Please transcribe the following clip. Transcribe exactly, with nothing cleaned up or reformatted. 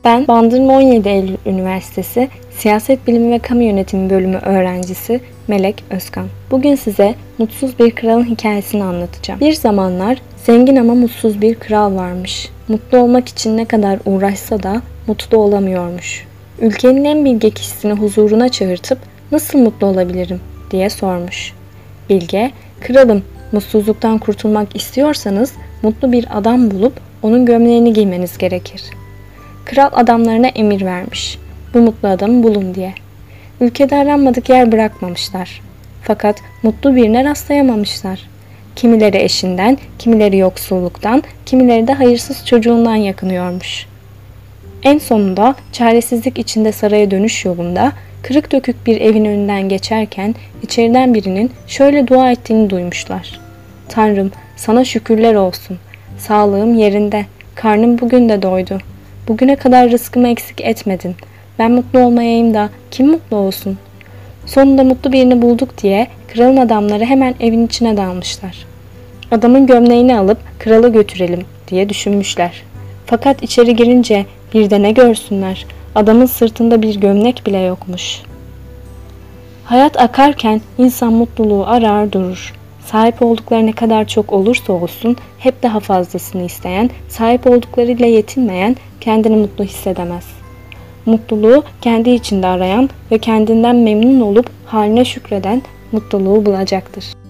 Ben Bandırma on yedi Eylül Üniversitesi Siyaset Bilimi ve Kamu Yönetimi bölümü öğrencisi Melek Özkan. Bugün size mutsuz bir kralın hikayesini anlatacağım. Bir zamanlar zengin ama mutsuz bir kral varmış. Mutlu olmak için ne kadar uğraşsa da mutlu olamıyormuş. Ülkenin en bilge kişisini huzuruna çağırtıp "Nasıl mutlu olabilirim?" diye sormuş. Bilge, "Kralım, mutsuzluktan kurtulmak istiyorsanız mutlu bir adam bulup onun gömleğini giymeniz gerekir." Kral adamlarına emir vermiş. Bu mutlu adamı bulun diye. Ülkede aranmadık yer bırakmamışlar. Fakat mutlu birine rastlayamamışlar. Kimileri eşinden, kimileri yoksulluktan, kimileri de hayırsız çocuğundan yakınıyormuş. En sonunda çaresizlik içinde saraya dönüş yolunda kırık dökük bir evin önünden geçerken içeriden birinin şöyle dua ettiğini duymuşlar. "Tanrım, sana şükürler olsun. Sağlığım yerinde. Karnım bugün de doydu. Bugüne kadar rızkımı eksik etmedin. Ben mutlu olmayayım da kim mutlu olsun?" Sonunda mutlu birini bulduk diye kralın adamları hemen evin içine dalmışlar. Adamın gömleğini alıp krala götürelim diye düşünmüşler. Fakat içeri girince bir de ne görsünler, adamın sırtında bir gömlek bile yokmuş. Hayat akarken insan mutluluğu arar durur. Sahip oldukları ne kadar çok olursa olsun hep daha fazlasını isteyen, sahip olduklarıyla yetinmeyen kendini mutlu hissedemez. Mutluluğu kendi içinde arayan ve kendinden memnun olup haline şükreden mutluluğu bulacaktır.